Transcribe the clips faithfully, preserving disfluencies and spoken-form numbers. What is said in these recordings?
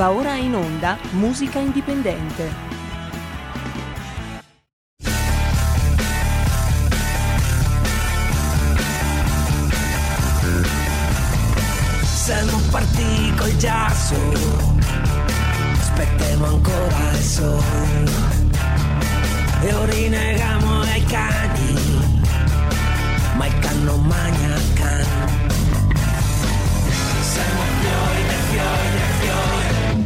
Va ora in onda Musica Indipendente. Siamo partiti col giasso, aspettiamo ancora il sole e orinegamo ai cani, ma il can non magna il can. Siamo fiori dei fiori dei fiori,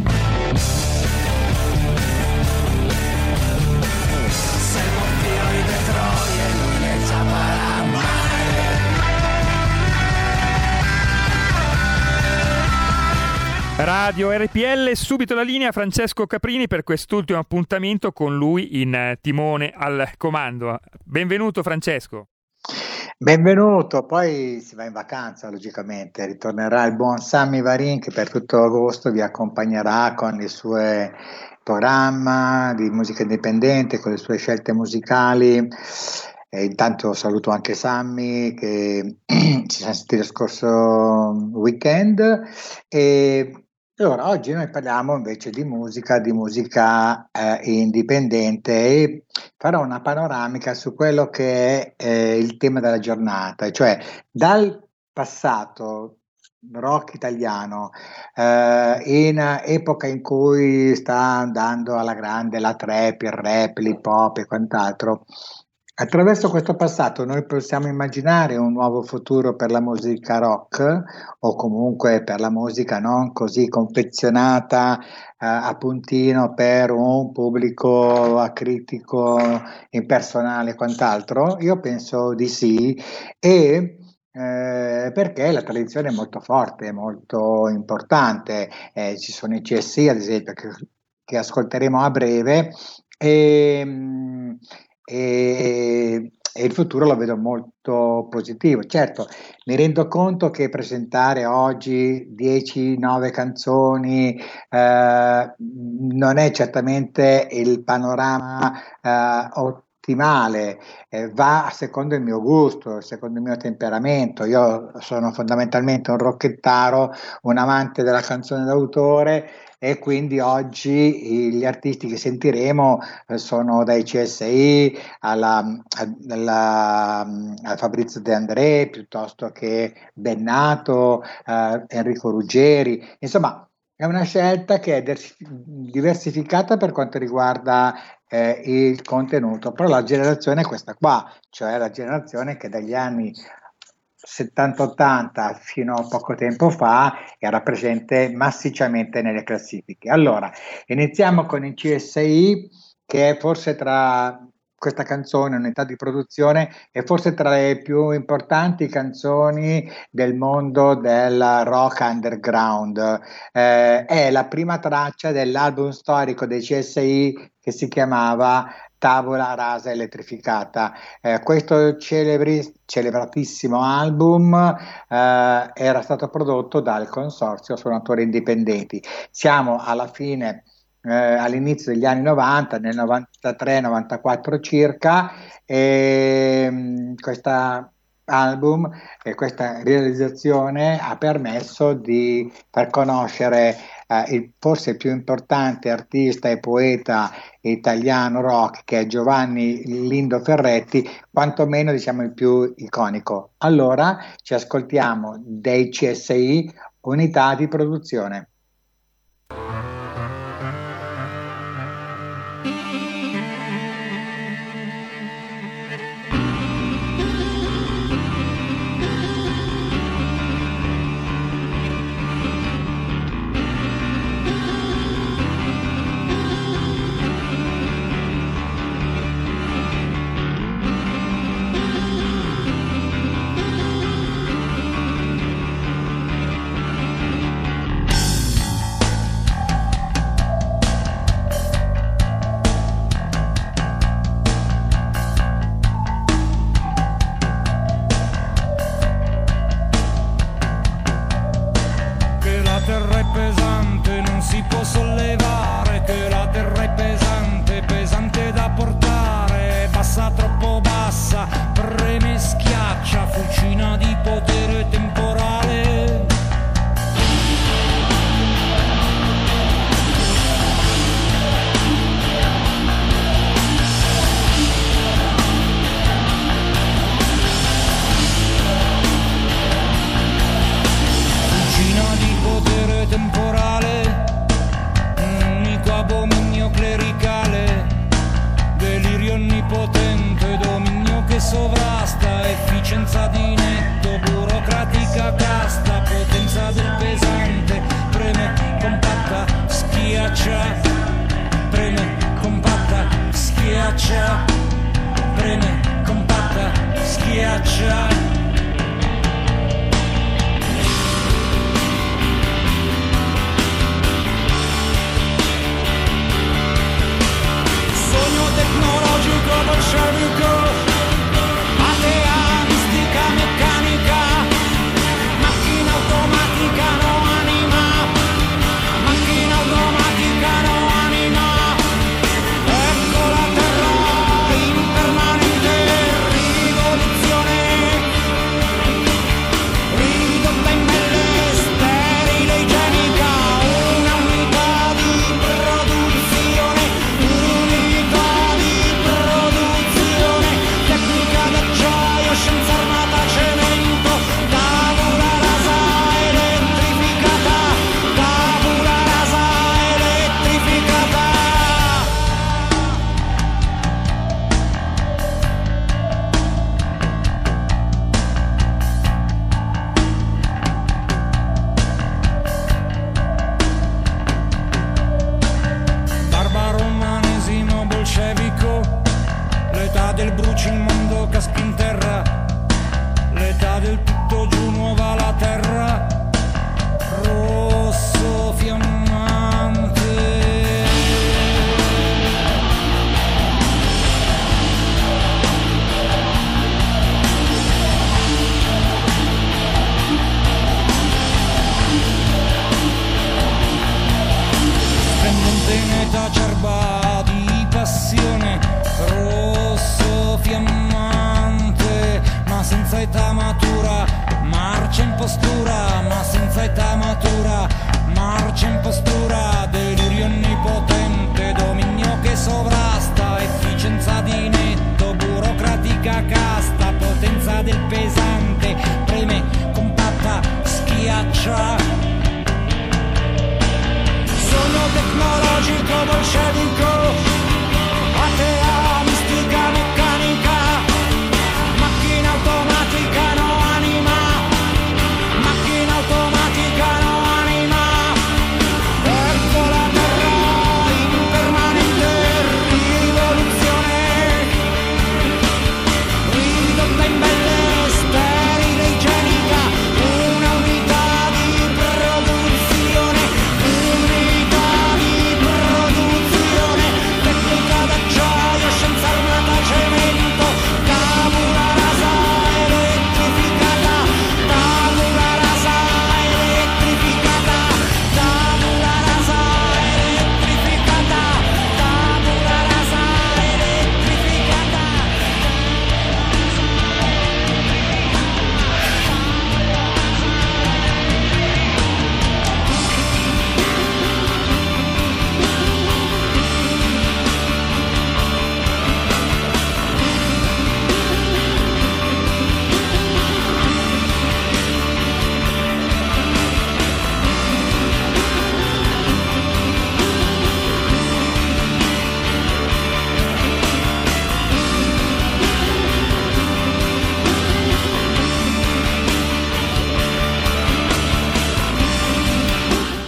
siamo fiori dei troie, noi ne sappiamo. Radio R P L, subito la linea Francesco Caprini per quest'ultimo appuntamento con lui in timone al comando. Benvenuto Francesco. Benvenuto, poi si va in vacanza logicamente, ritornerà il buon Sammy Varin che per tutto agosto vi accompagnerà con il suo programma di musica indipendente, con le sue scelte musicali. E intanto saluto anche Sammy che ci siamo sentiti lo scorso weekend e allora oggi noi parliamo invece di musica, di musica eh, indipendente e farò una panoramica su quello che è eh, il tema della giornata, cioè dal passato rock italiano eh, in epoca in cui sta andando alla grande la trap, il rap, l'hip hop e quant'altro. Attraverso questo passato noi possiamo immaginare un nuovo futuro per la musica rock o comunque per la musica non così confezionata eh, a puntino per un pubblico acritico, impersonale e quant'altro? Io penso di sì e eh, perché la tradizione è molto forte, molto importante, eh, ci sono i C S I ad esempio che, che ascolteremo a breve e E, e il futuro lo vedo molto positivo. Certo, mi rendo conto che presentare oggi dieci nove canzoni eh, non è certamente il panorama eh, ottimale, eh, va secondo il mio gusto, secondo il mio temperamento. Io sono fondamentalmente un rockettaro, un amante della canzone d'autore e quindi oggi gli artisti che sentiremo sono dai C S I alla, alla, a Fabrizio De André piuttosto che Bennato, eh, Enrico Ruggeri, insomma è una scelta che è diversificata per quanto riguarda eh, il contenuto, però la generazione è questa qua, cioè la generazione che dagli anni settanta ottanta fino a poco tempo fa era presente massicciamente nelle classifiche. Allora, iniziamo con il C S I che è forse tra questa canzone, unità di produzione, è forse tra le più importanti canzoni del mondo del rock underground. Eh, è la prima traccia dell'album storico dei C S I che si chiamava Tavola rasa elettrificata. Eh, questo celebri, celebratissimo album eh, era stato prodotto dal Consorzio Suonatori Indipendenti. Siamo alla fine, eh, all'inizio degli anni novanta, nel novantatré novantaquattro circa, e questa album e questa realizzazione ha permesso di far conoscere eh, il forse più importante artista e poeta italiano rock che è Giovanni Lindo Ferretti, quantomeno diciamo il più iconico. Allora ci ascoltiamo dei C S I, unità di produzione.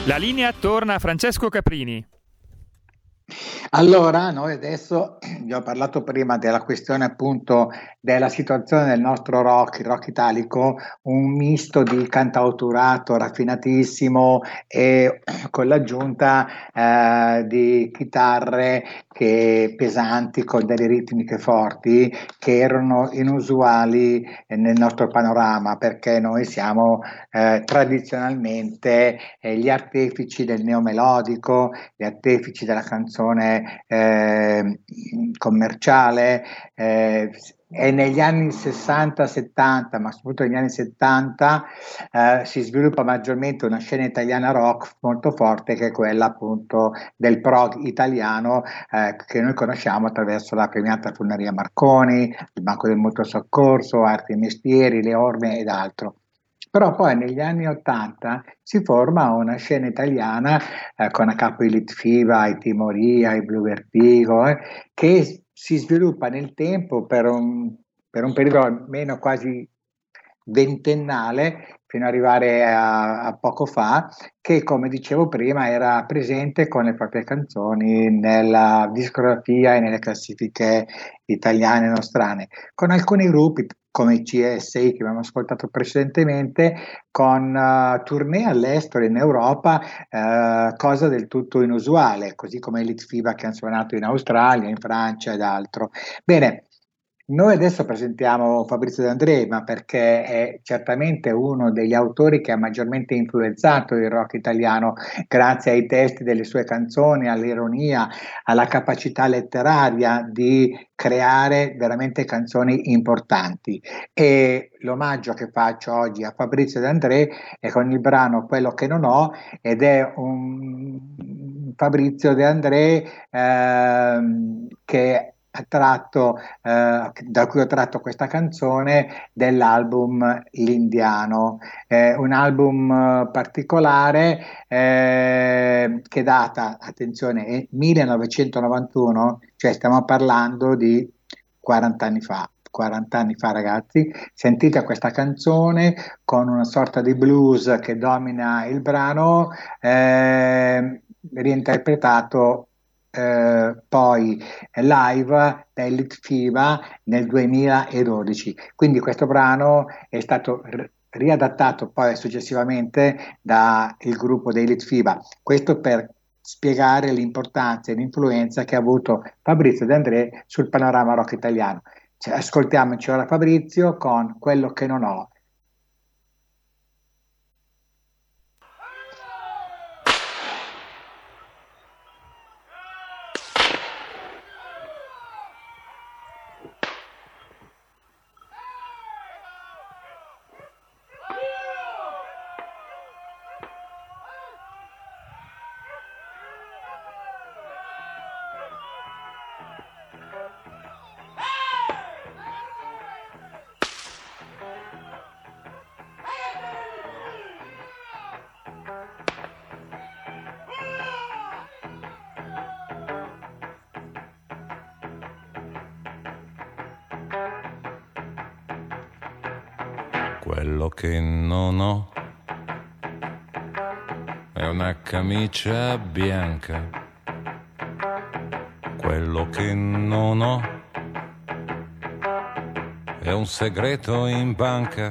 La linea torna a Francesco Caprini. Allora, noi adesso vi ho parlato prima della questione appunto della situazione del nostro rock, il rock italico, un misto di cantautorato raffinatissimo e con l'aggiunta eh, di chitarre che pesanti con delle ritmiche forti che erano inusuali nel nostro panorama, perché noi siamo eh, tradizionalmente eh, gli artefici del neomelodico, gli artefici della canzone eh, commerciale, eh, e negli anni sessanta settanta, ma soprattutto negli anni settanta, eh, si sviluppa maggiormente una scena italiana rock molto forte, che è quella appunto del prog italiano, eh, che noi conosciamo attraverso la premiata Fulneria Marconi, il Banco del Mutuo Soccorso, Arti e Mestieri, Le Orme ed altro. Però poi negli anni ottanta si forma una scena italiana eh, con a capo i Litfiba, i Timoria, i Blue Vertigo, eh, che si sviluppa nel tempo per un, per un periodo almeno quasi ventennale, fino ad arrivare a, a poco fa, che come dicevo prima era presente con le proprie canzoni nella discografia e nelle classifiche italiane e nostrane, con alcuni gruppi come i C S I che abbiamo ascoltato precedentemente, con uh, tournée all'estero in Europa, uh, cosa del tutto inusuale, così come i Litfiba che hanno suonato in Australia, in Francia ed altro. Bene, noi adesso presentiamo Fabrizio De André, ma perché è certamente uno degli autori che ha maggiormente influenzato il rock italiano grazie ai testi delle sue canzoni, all'ironia, alla capacità letteraria di creare veramente canzoni importanti. E l'omaggio che faccio oggi a Fabrizio De André è con il brano Quello che non ho, ed è un Fabrizio De André eh, che tratto, eh, da cui ho tratto questa canzone dell'album L'Indiano, eh, un album eh, particolare eh, che data, attenzione, è millenovecentonovantuno, cioè stiamo parlando di quaranta anni fa. quaranta anni fa, ragazzi. Sentite questa canzone con una sorta di blues che domina il brano, eh, reinterpretato Eh, poi live dai Litfiba nel duemiladodici. Quindi questo brano è stato r- riadattato poi successivamente dal gruppo dei Litfiba. Questo per spiegare l'importanza e l'influenza che ha avuto Fabrizio De André sul panorama rock italiano. Cioè, ascoltiamoci ora Fabrizio con Quello che non ho. Quello che non ho è una camicia bianca. Quello che non ho è un segreto in banca.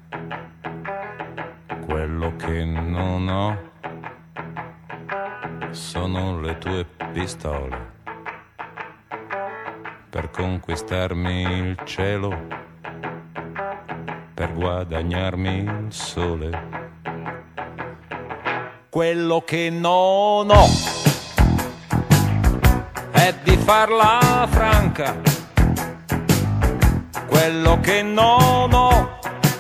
Quello che non ho sono le tue pistole per conquistarmi il cielo, per guadagnarmi il sole. Quello che non ho è di farla franca. Quello che non ho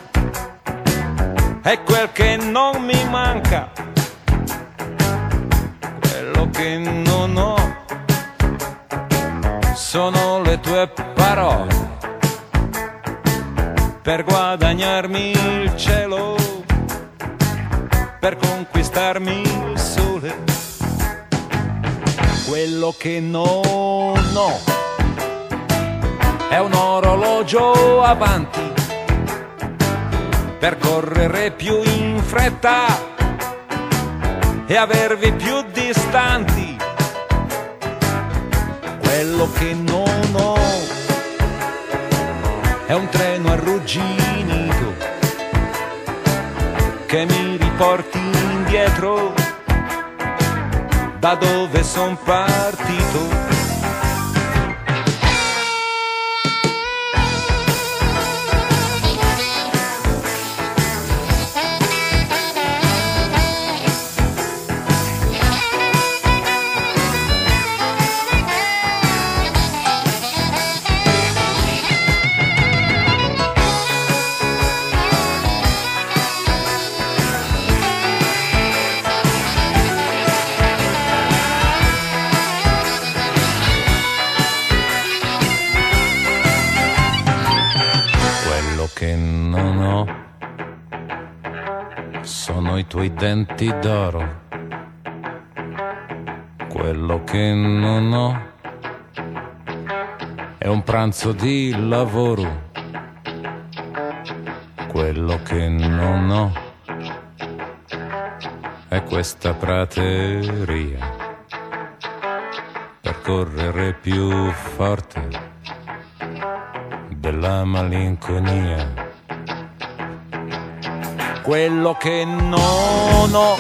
è quel che non mi manca. Quello che non ho sono le tue parole per guadagnarmi il cielo, per conquistarmi il sole. Quello che non ho è un orologio avanti per correre più in fretta e avervi più distanti. Quello che non ho è un treno arrugginito che mi riporti indietro da dove son partito. I tuoi denti d'oro, quello che non ho è un pranzo di lavoro, quello che non ho è questa prateria per correre più forte della malinconia. Quello che non ho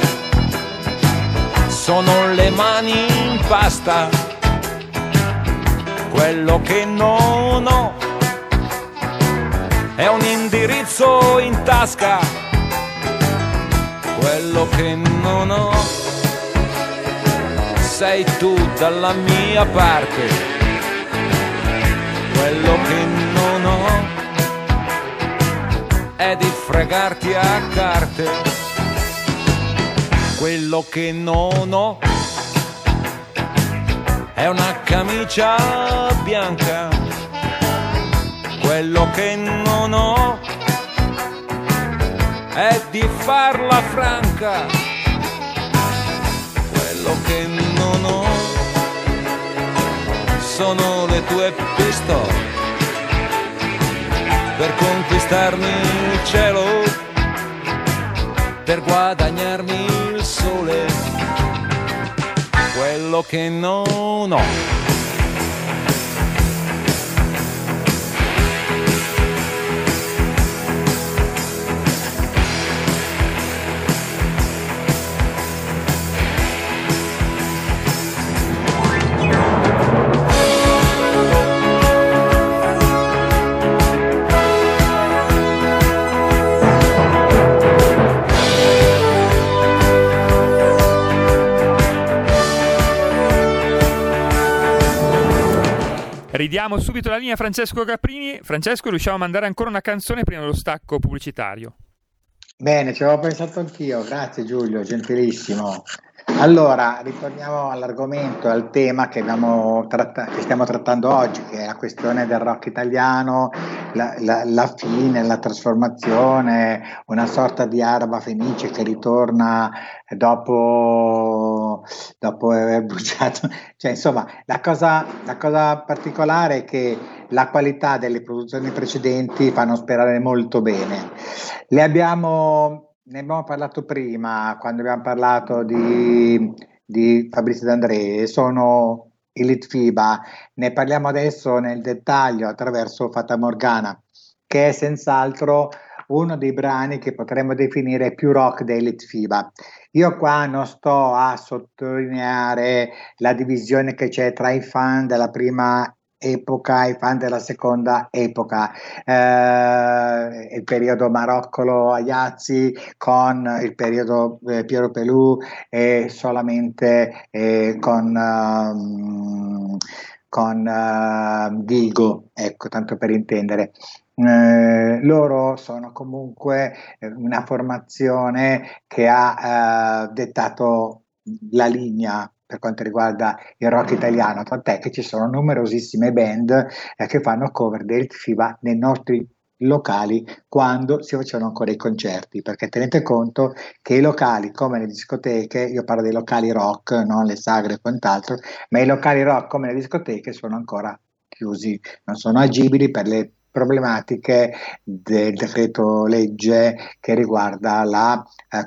sono le mani in pasta, quello che non ho è un indirizzo in tasca, quello che non ho sei tu dalla mia parte, quello che non ho è di fregarti a carte. Quello che non ho è una camicia bianca, quello che non ho è di farla franca, quello che non ho sono le tue pistole per conquistarmi il cielo, per guadagnarmi il sole, quello che non ho. Ridiamo subito la linea a Francesco Caprini. Francesco, riusciamo a mandare ancora una canzone prima dello stacco pubblicitario? Bene, ci avevo pensato anch'io, grazie Giulio, gentilissimo. Allora, ritorniamo all'argomento, al tema che, abbiamo tratta- che stiamo trattando oggi, che è la questione del rock italiano, la, la, la fine, la trasformazione, una sorta di araba fenice che ritorna dopo, dopo aver bruciato. Cioè, insomma, la cosa, la cosa particolare è che la qualità delle produzioni precedenti fanno sperare molto bene. Le abbiamo... Ne abbiamo parlato prima, quando abbiamo parlato di, di Fabrizio D'André, sono i Litfiba. Ne parliamo adesso nel dettaglio attraverso Fata Morgana, che è senz'altro uno dei brani che potremmo definire più rock dei Litfiba. Io qua non sto a sottolineare la divisione che c'è tra i fan della prima epoca e i fan della seconda epoca, eh, il periodo Maroccolo Ajazzi con il periodo eh, Piero Pelù e solamente eh, con um, con uh, Digo, ecco, tanto per intendere. Eh, loro sono comunque una formazione che ha eh, dettato la linea per quanto riguarda il rock italiano, tant'è che ci sono numerosissime band eh, che fanno cover del FIBA nei nostri locali quando si facevano ancora i concerti, perché tenete conto che i locali come le discoteche, io parlo dei locali rock, non le sagre e quant'altro, ma i locali rock come le discoteche sono ancora chiusi, non sono agibili per le problematiche del decreto legge che riguarda la eh,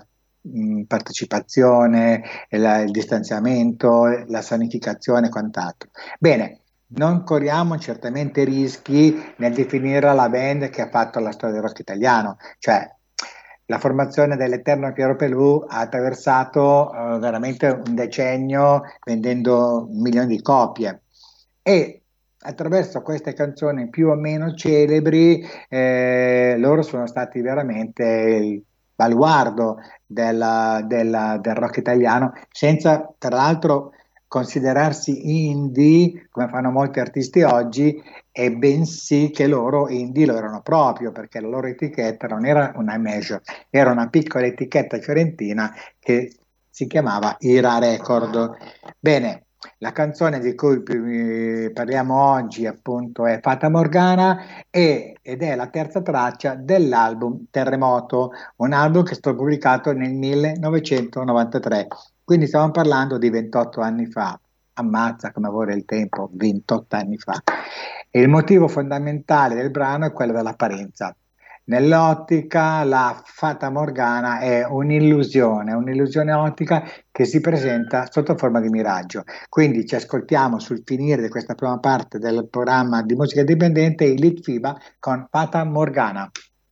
mh, partecipazione, la, il distanziamento, la sanificazione e quant'altro. Bene, non corriamo certamente rischi nel definire la band che ha fatto la storia del rock italiano, cioè la formazione dell'Eterno Piero Pelù ha attraversato uh, veramente un decennio vendendo milioni di copie e attraverso queste canzoni più o meno celebri eh, loro sono stati veramente il baluardo della, della, del rock italiano, senza tra l'altro considerarsi indie come fanno molti artisti oggi, e bensì che loro indie lo erano proprio, perché la loro etichetta non era una major, era una piccola etichetta fiorentina che si chiamava Ira Record. Bene, la canzone di cui parliamo oggi appunto è Fata Morgana e, ed è la terza traccia dell'album Terremoto, un album che è stato pubblicato nel millenovecentonovantatré. Quindi stiamo parlando di ventotto anni fa, ammazza come vuole il tempo, ventotto anni fa. E il motivo fondamentale del brano è quello dell'apparenza. Nell'ottica la Fata Morgana è un'illusione, un'illusione ottica che si presenta sotto forma di miraggio. Quindi ci ascoltiamo sul finire di questa prima parte del programma di musica indipendente i Litfiba con Fata Morgana.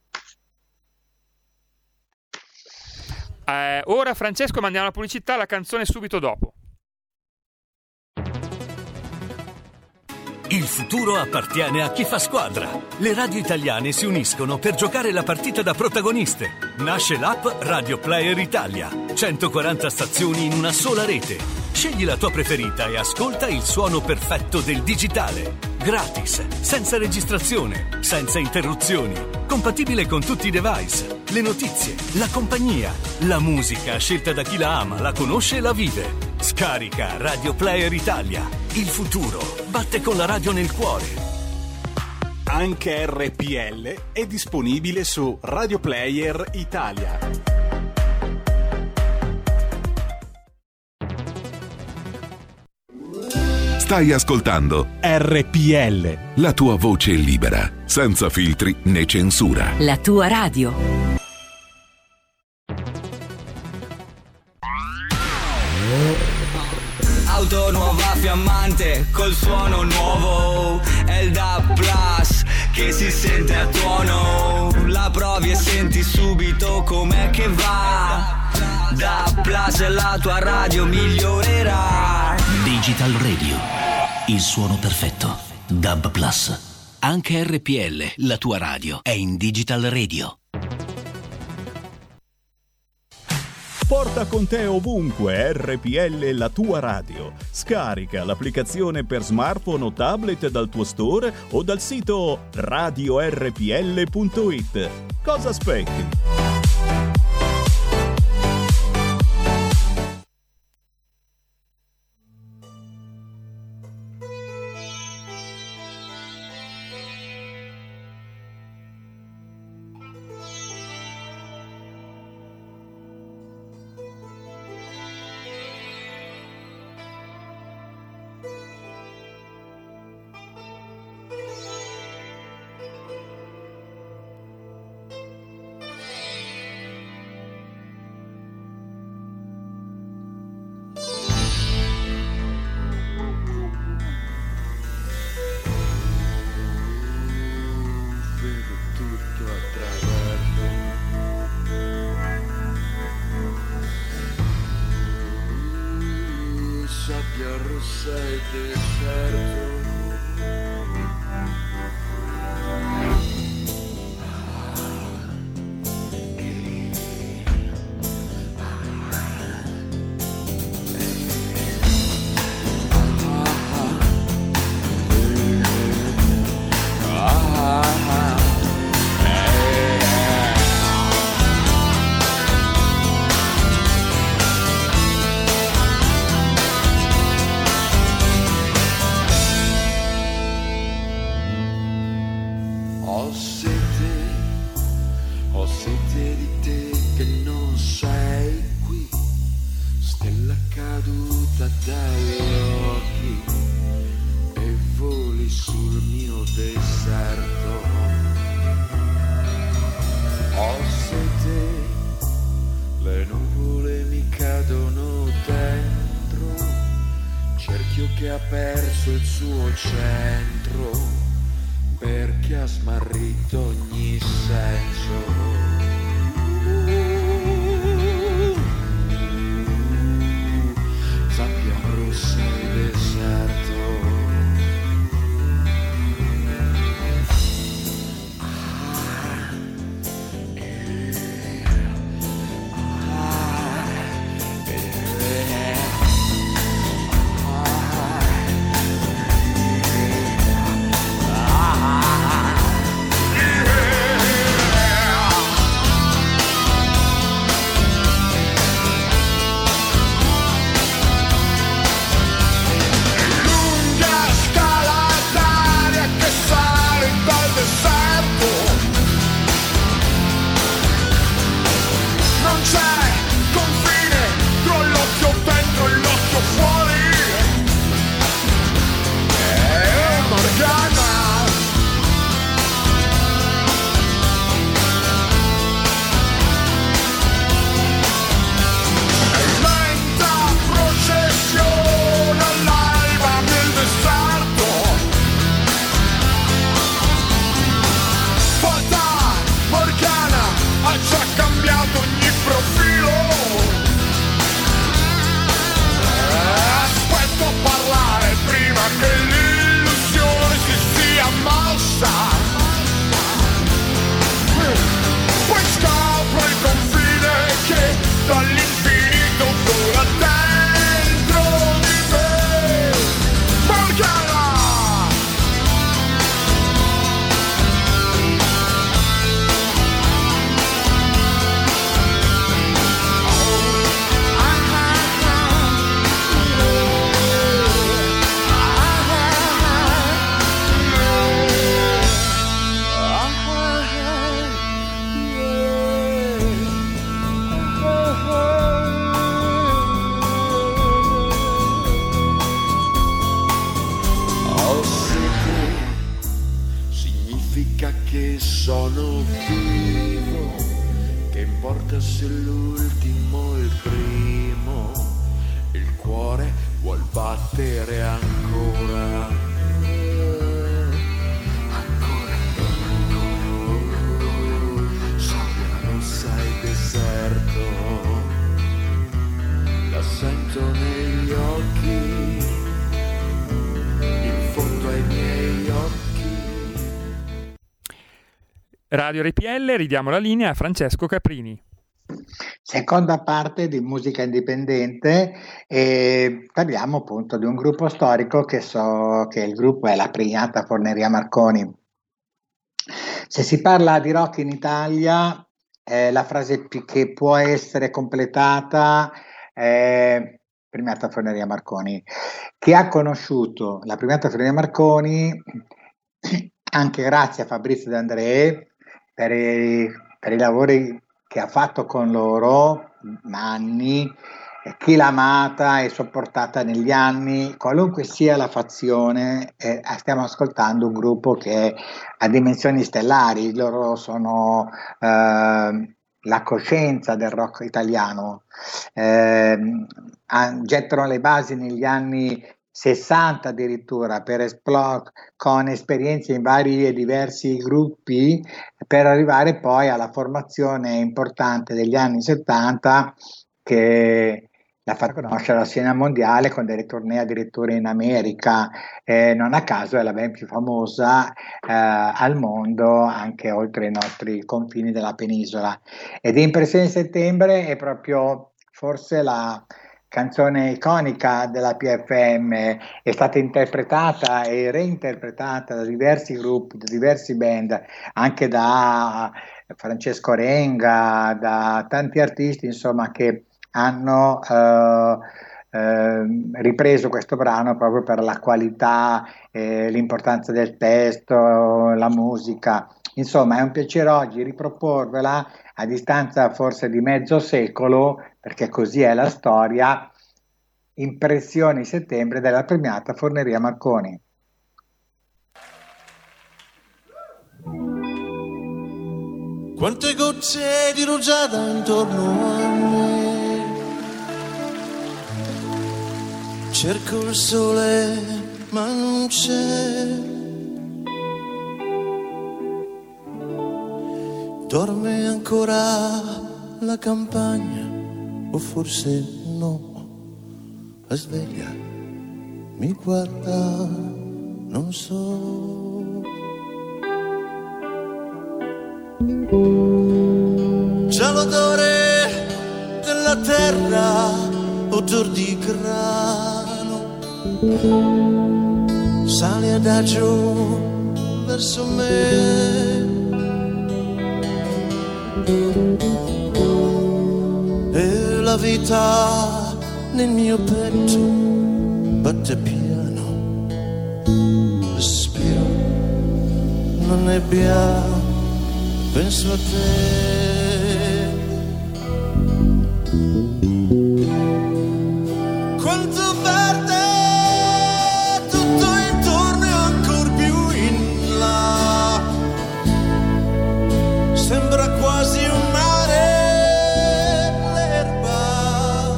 Eh, ora Francesco mandiamo la pubblicità, la canzone subito dopo. Il futuro appartiene a chi fa squadra. Le radio italiane si uniscono per giocare la partita da protagoniste. Nasce l'app Radio Player Italia. centoquaranta stazioni in una sola rete. Scegli la tua preferita e ascolta il suono perfetto del digitale. Gratis, senza registrazione, senza interruzioni. Compatibile con tutti i device. Le notizie, la compagnia, la musica scelta da chi la ama, la conosce e la vive. Scarica Radio Player Italia. Il futuro batte con la radio nel cuore. Anche R P L è disponibile su Radio Player Italia. Stai ascoltando R P L, la tua voce libera, senza filtri né censura. La tua radio. Auto nuova fiammante col suono nuovo, è il D A B Plus che si sente a tuono. La provi e senti subito com'è che va. D A B Plus la tua radio migliorerà. Digital Radio, il suono perfetto. D A B Plus. Anche R P L, la tua radio, è in Digital Radio. Porta con te ovunque R P L, la tua radio. Scarica l'applicazione per smartphone o tablet dal tuo store o dal sito radio r p l punto i t. Cosa aspetti? Le nuvole che ha perso il suo centro, perché ha smarrito ogni senso. Sabbia rossa e deserto. Radio R P L, ridiamo la linea a Francesco Caprini. Seconda parte di musica indipendente e parliamo appunto di un gruppo storico che so che il gruppo è la Premiata Forneria Marconi. Se si parla di rock in Italia, eh, la frase più che può essere completata è Premiata Forneria Marconi. Chi ha conosciuto la Premiata Forneria Marconi, anche grazie a Fabrizio De André, per i, per i lavori che ha fatto con loro, anni, chi l'ha amata e sopportata negli anni, qualunque sia la fazione, eh, stiamo ascoltando un gruppo che ha dimensioni stellari, loro sono eh, la coscienza del rock italiano, eh, gettano le basi negli anni sessanta addirittura per esplodere con esperienze in vari e diversi gruppi per arrivare poi alla formazione importante degli anni settanta che la fa conoscere alla scena mondiale con delle tournée addirittura in America, eh, non a caso è la ben più famosa eh, al mondo anche oltre i nostri confini della penisola. Ed Impressione di settembre è proprio forse la canzone iconica della P F M, è stata interpretata e reinterpretata da diversi gruppi, da diversi band, anche da Francesco Renga, da tanti artisti insomma che hanno eh, eh, ripreso questo brano proprio per la qualità, eh, l'importanza del testo, la musica. Insomma è un piacere oggi riproporvela a distanza forse di mezzo secolo, perché così è la storia, Impressioni settembre della Premiata Forneria Marconi. Quante gocce di rugiada intorno a me Cerco il sole ma non c'è. Dorme ancora la campagna o forse no? La sveglia mi guarda, non so. Già l'odore della terra, odor di grano, sale adagio verso me. E la vita nel mio petto batte piano, respiro, non nebbia, penso a te. Quanto verde tutto intorno e ancor più in là, sembra quasi un mare l'erba,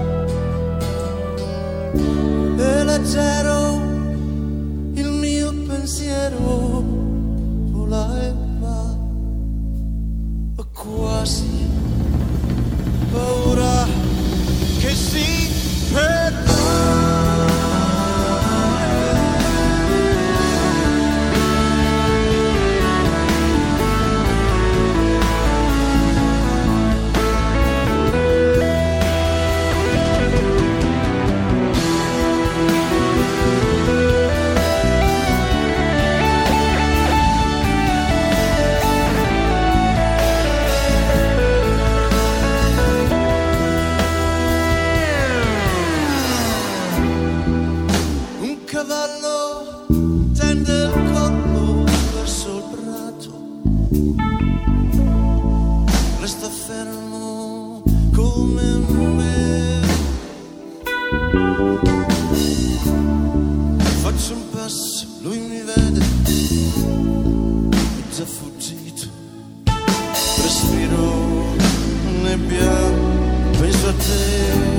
e leggero il mio pensiero vola e va. Ho quasi paura che si perda. Cavallo tende il collo verso il prato, resta fermo come me. Faccio un passo, lui mi vede, è già fuggito. Respiro nebbia, penso a te.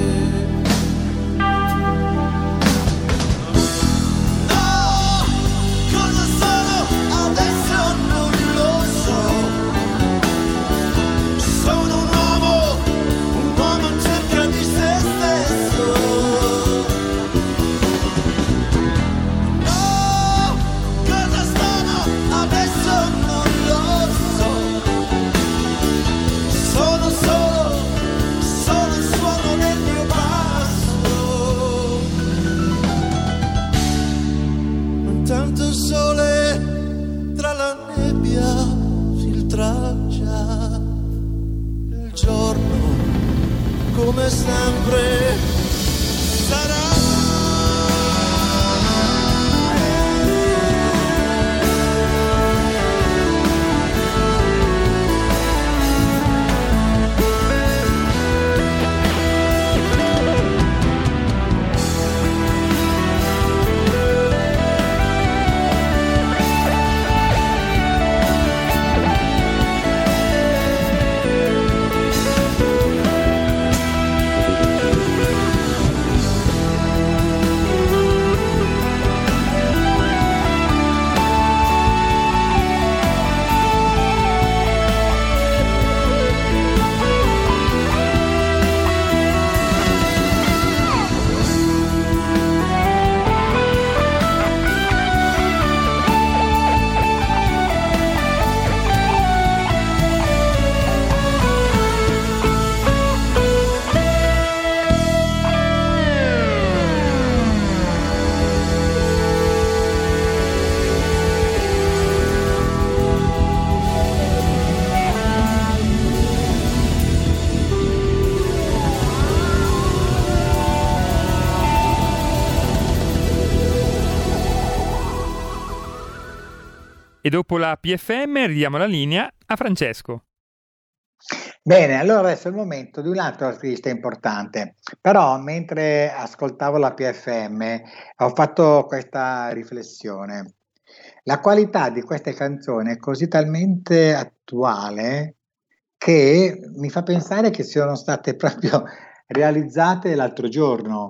Tanto sole tra la nebbia filtra già il giorno, come sempre sarà. E dopo la P F M ridiamo la linea a Francesco. Bene, allora adesso è il momento di un altro artista importante, però mentre ascoltavo la P F M ho fatto questa riflessione. La qualità di queste canzoni è così talmente attuale che mi fa pensare che siano state proprio realizzate l'altro giorno,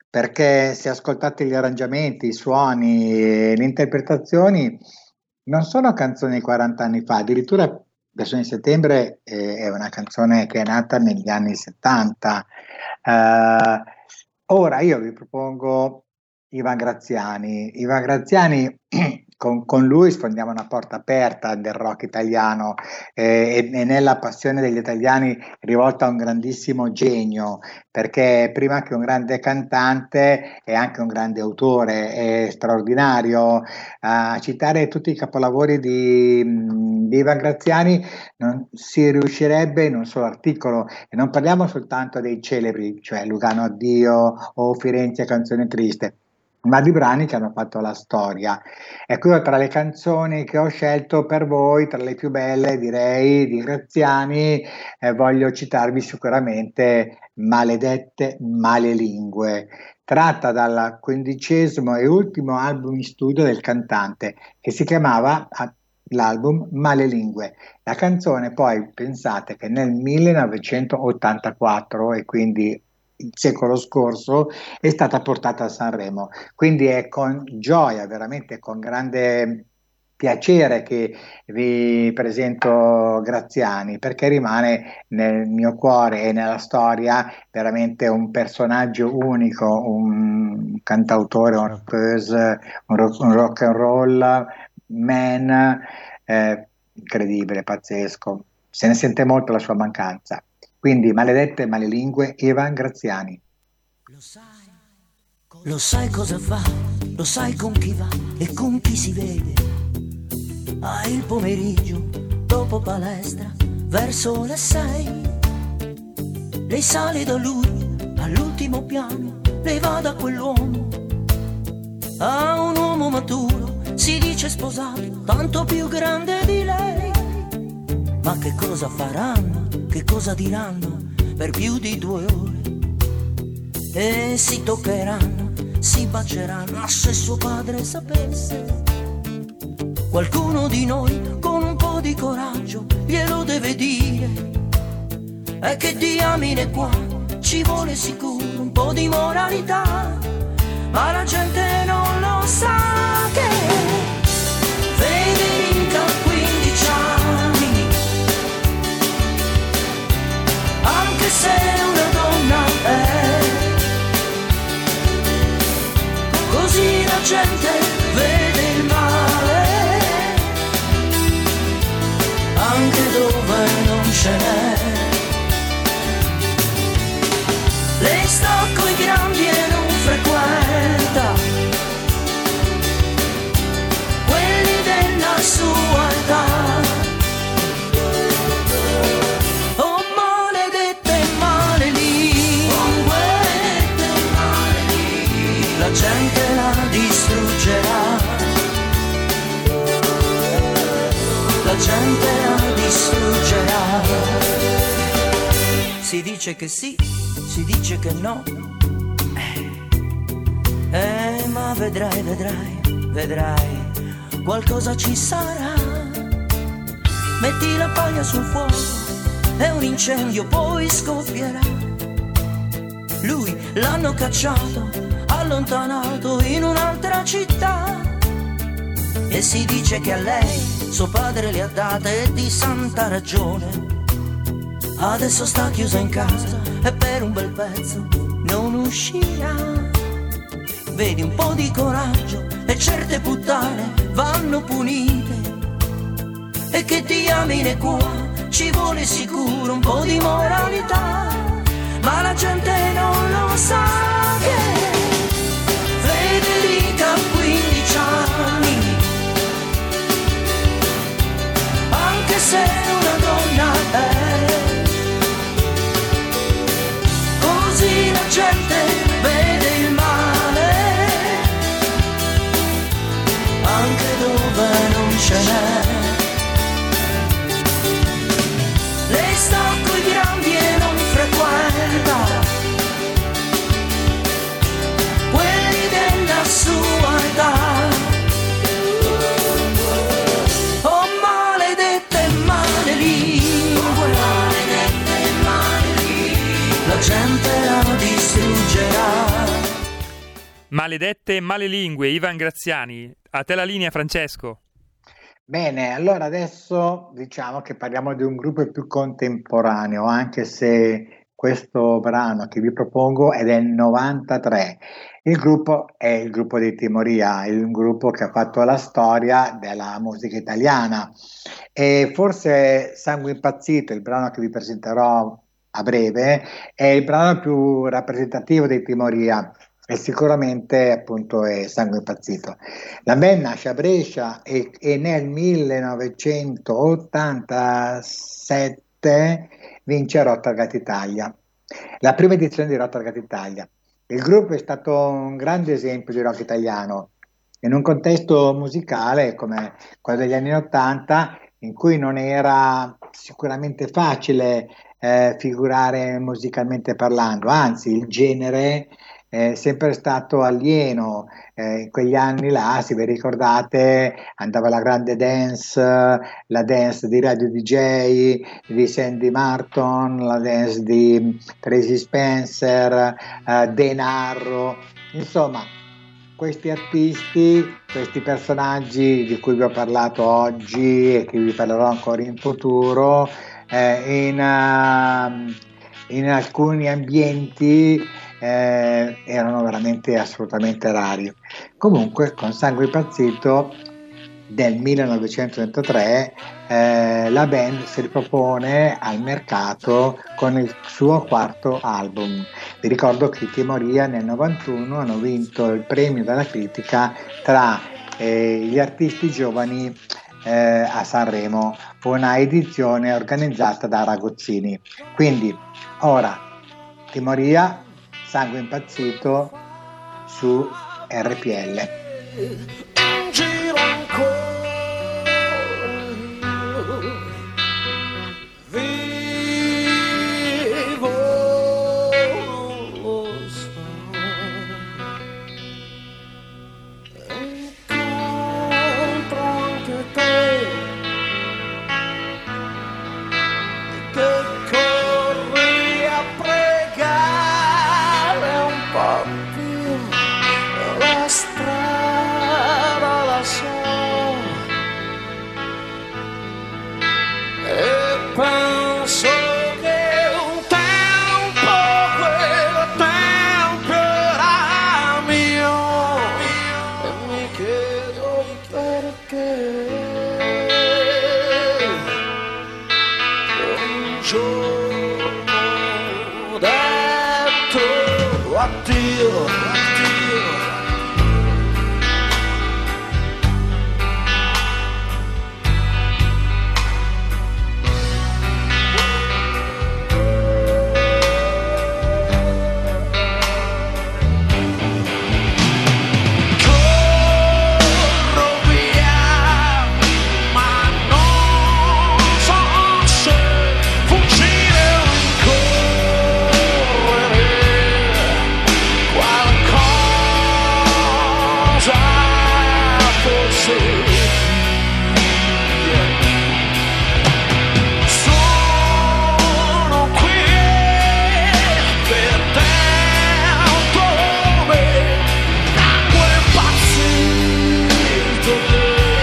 perché se ascoltate gli arrangiamenti, i suoni e le interpretazioni, non sono canzoni di quaranta anni fa, addirittura Versione di settembre eh, è una canzone che è nata negli anni settanta. Uh, ora io vi propongo Ivan Graziani. Ivan Graziani, con, con lui sfondiamo una porta aperta del rock italiano eh, e, e nella passione degli italiani rivolta a un grandissimo genio, perché prima che un grande cantante è anche un grande autore, è straordinario. A citare tutti i capolavori di, di Ivan Graziani non si riuscirebbe in un solo articolo, e non parliamo soltanto dei celebri, cioè Lugano Addio o Firenze Canzone Triste, ma di brani che hanno fatto la storia. Ecco, io tra le canzoni che ho scelto per voi, tra le più belle direi di Graziani, eh, voglio citarvi sicuramente Maledette Malelingue, tratta dal quindicesimo e ultimo album in studio del cantante, che si chiamava l'album Malelingue. La canzone poi, pensate che nel millenovecentottantaquattro, e quindi il secolo scorso, è stata portata a Sanremo, quindi è con gioia, veramente con grande piacere che vi presento Graziani, perché rimane nel mio cuore e nella storia veramente un personaggio unico, un cantautore, un rockeuse, un rock, un rock and roll man, eh, incredibile, pazzesco, se ne sente molto la sua mancanza. Quindi Maledette Malelingue, Ivan Graziani. Lo sai, lo sai cosa fa, lo sai con chi va e con chi si vede. Ah, il pomeriggio, dopo palestra, verso le sei. Lei sale da lui, all'ultimo piano, lei va da quell'uomo. A un uomo maturo, si dice sposato, tanto più grande di lei. Ma che cosa faranno? Che cosa diranno per più di due ore? E si toccheranno, si baceranno. Ah, se suo padre sapesse, qualcuno di noi con un po' di coraggio glielo deve dire. E che diamine qua ci vuole sicuro un po' di moralità, ma la gente non lo sa che Federica ha quindici anni, anche se una donna è, così la gente vede il male, anche dove non ce n'è. Lei sta coi grandi e non frequenta quelli della sua età. La gente la distruggerà, la gente la distruggerà. Si dice che sì, si dice che no, eh, ma vedrai, vedrai, vedrai, qualcosa ci sarà. Metti la paglia sul fuoco e un incendio poi scoppierà. Lui l'hanno cacciato, allontanato in un'altra città, e si dice che a lei suo padre le ha date e di santa ragione. Adesso sta chiusa in casa e per un bel pezzo non uscirà. Vedi, un po' di coraggio e certe puttane vanno punite. E che diamine qua ci vuole sicuro un po' di moralità, ma la gente non lo sa che Federica ha quindici anni, anche se una donna è, così la gente vede il male, anche dove non ce n'è. Lei sta coi grandi e non frequenta Maledette malelingue, Ivan Graziani. A te la linea, Francesco. Bene, allora adesso diciamo che parliamo di un gruppo più contemporaneo, anche se questo brano che vi propongo è del novantatré. Il gruppo è il gruppo di Timoria, il gruppo che ha fatto la storia della musica italiana, e forse Sangue Impazzito, il brano che vi presenterò a breve, è il brano più rappresentativo dei Timoria, e sicuramente appunto è Sangue Impazzito. La band nasce a Brescia e, e nel millenovecentottantasette vince Rotterdam Italia, la prima edizione di Rotterdam Italia. Il gruppo è stato un grande esempio di rock italiano in un contesto musicale come quello degli anni Ottanta, in cui non era sicuramente facile eh, figurare musicalmente parlando, anzi il genere è sempre stato alieno. Eh, in quegli anni là, se vi ricordate, andava la grande dance, la dance di Radio D J, di Sandy Martin, la dance di Tracy Spencer, eh, Denarro, insomma questi artisti, questi personaggi di cui vi ho parlato oggi e che vi parlerò ancora in futuro, eh, in, uh, in alcuni ambienti Eh, erano veramente assolutamente rari. Comunque con Sangue Impazzito del millenovecentotrentatré eh, la band si ripropone al mercato con il suo quarto album. Vi ricordo che i Timoria nel novantuno hanno vinto il premio della critica tra eh, gli artisti giovani eh, a Sanremo. Fu una edizione organizzata da Ragozzini. Quindi ora Timoria, Sangue Impazzito su R P L. Giro ancora, vivo lo so, incontro anche te che corri a pregare un po' più la strada la so e penso che un tempo quel tempo era mio e mi chiedo perché un giorno detto addio, addio. Corro via, ma non so se fuggire o correre. Qualcosa forse sono qui per tempo me, sangue impazzito che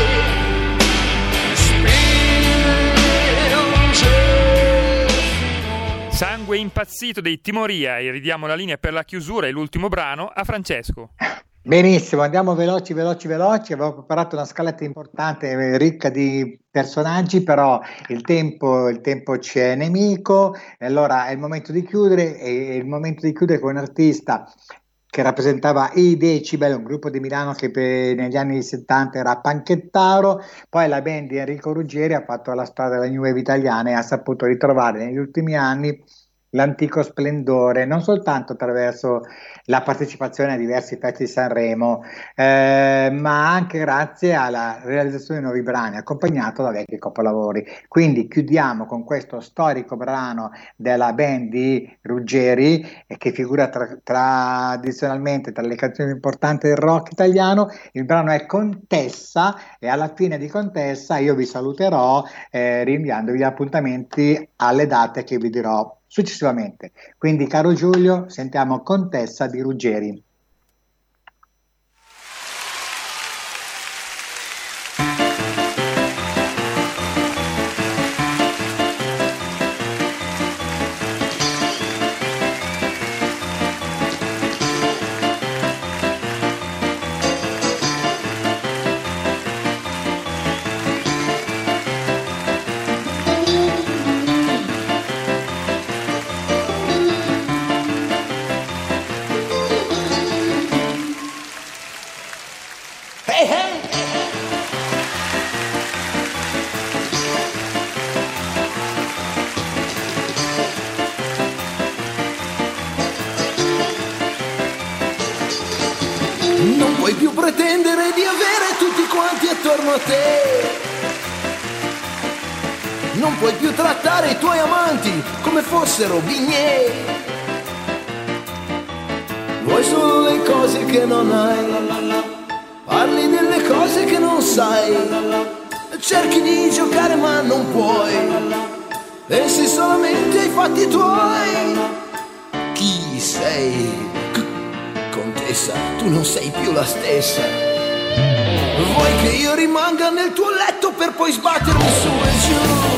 spinge. Sangue Impazzito dei Timoria, e ridiamo la linea per la chiusura e l'ultimo brano a Francesco. Benissimo, andiamo veloci, veloci, veloci. Avevo preparato una scaletta importante, eh, ricca di personaggi, però il tempo, il tempo ci è nemico, e allora è il momento di chiudere, e è il momento di chiudere con un artista che rappresentava i Decibel, un gruppo di Milano che per, negli anni settanta era panchettaro. Poi la band di Enrico Ruggeri ha fatto la storia della New Wave italiana e ha saputo ritrovare negli ultimi anni l'antico splendore, non soltanto attraverso la partecipazione a diversi festival di Sanremo, eh, ma anche grazie alla realizzazione di nuovi brani, accompagnato da vecchi capolavori. Quindi chiudiamo con questo storico brano della band di Ruggeri, eh, che figura tra, tradizionalmente tra le canzoni importanti del rock italiano. Il brano è Contessa, e alla fine di Contessa io vi saluterò eh, rinviandovi gli appuntamenti alle date che vi dirò successivamente. Quindi, caro Giulio, sentiamo Contessa di Ruggeri. puoi più pretendere di avere tutti quanti attorno a te. Non puoi più trattare i tuoi amanti come fossero bignè. Vuoi solo le cose che non hai, parli delle cose che non sai, cerchi di giocare ma non puoi, pensi solamente ai fatti tuoi. Chi sei? Contessa, tu non sei più la stessa. Vuoi che io rimanga nel tuo letto per poi sbattermi su e giù?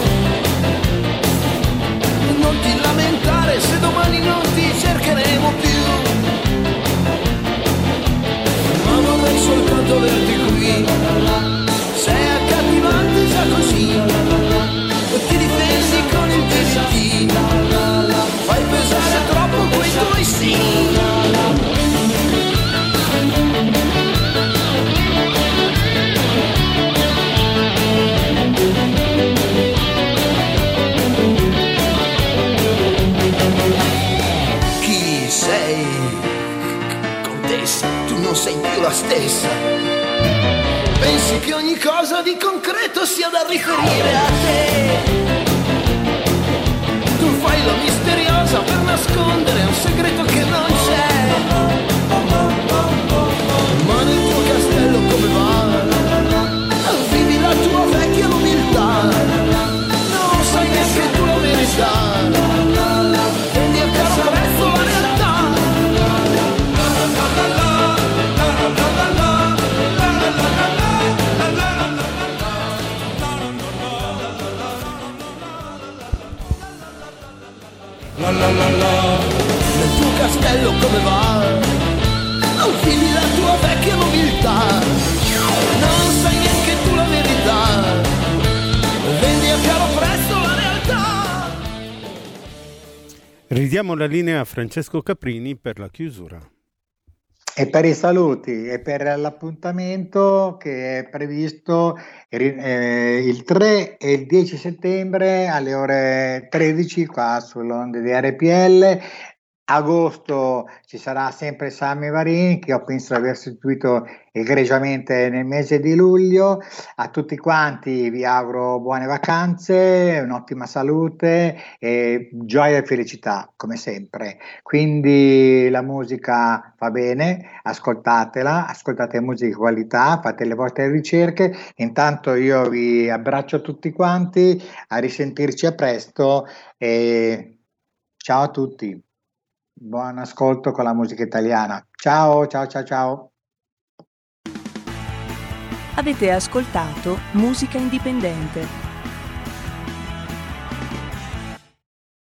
Non ti lamentare se domani non ti cercheremo più, ma vorrei soltanto averti qui. Sei accattivante già così, ti difendi con il D D T, fai pesare troppo quei tuoi sì. Non sei più la stessa. Pensi che ogni cosa di concreto sia da riferire a te. Tu fai la misteriosa per nascondere un segreto che non c'è. Ma nel tuo castello come va? Vivi la tua vecchia umiltà. Non sai neanche tu la verità. Vendi a caro prezzo la realtà. La la la la. Nel tuo castello come va? Fili la tua vecchia nobiltà. Non sai neanche tu la verità. Vendi a caro prezzo la realtà. Ridiamo la linea a Francesco Caprini per la chiusura. E per i saluti e per l'appuntamento che è previsto eh, il tre e il dieci settembre alle ore tredici qua sull'onde di R P L. Agosto ci sarà sempre Sammy Varin, che ho penso di aver sostituito egregiamente nel mese di luglio. A tutti quanti vi auguro buone vacanze, un'ottima salute e gioia e felicità come sempre. Quindi la musica fa bene, ascoltatela, ascoltate musica di qualità, fate le vostre ricerche. Intanto io vi abbraccio tutti quanti, a risentirci a presto e ciao a tutti. Buon ascolto con la musica italiana. Ciao, ciao, ciao, ciao. Avete ascoltato Musica Indipendente.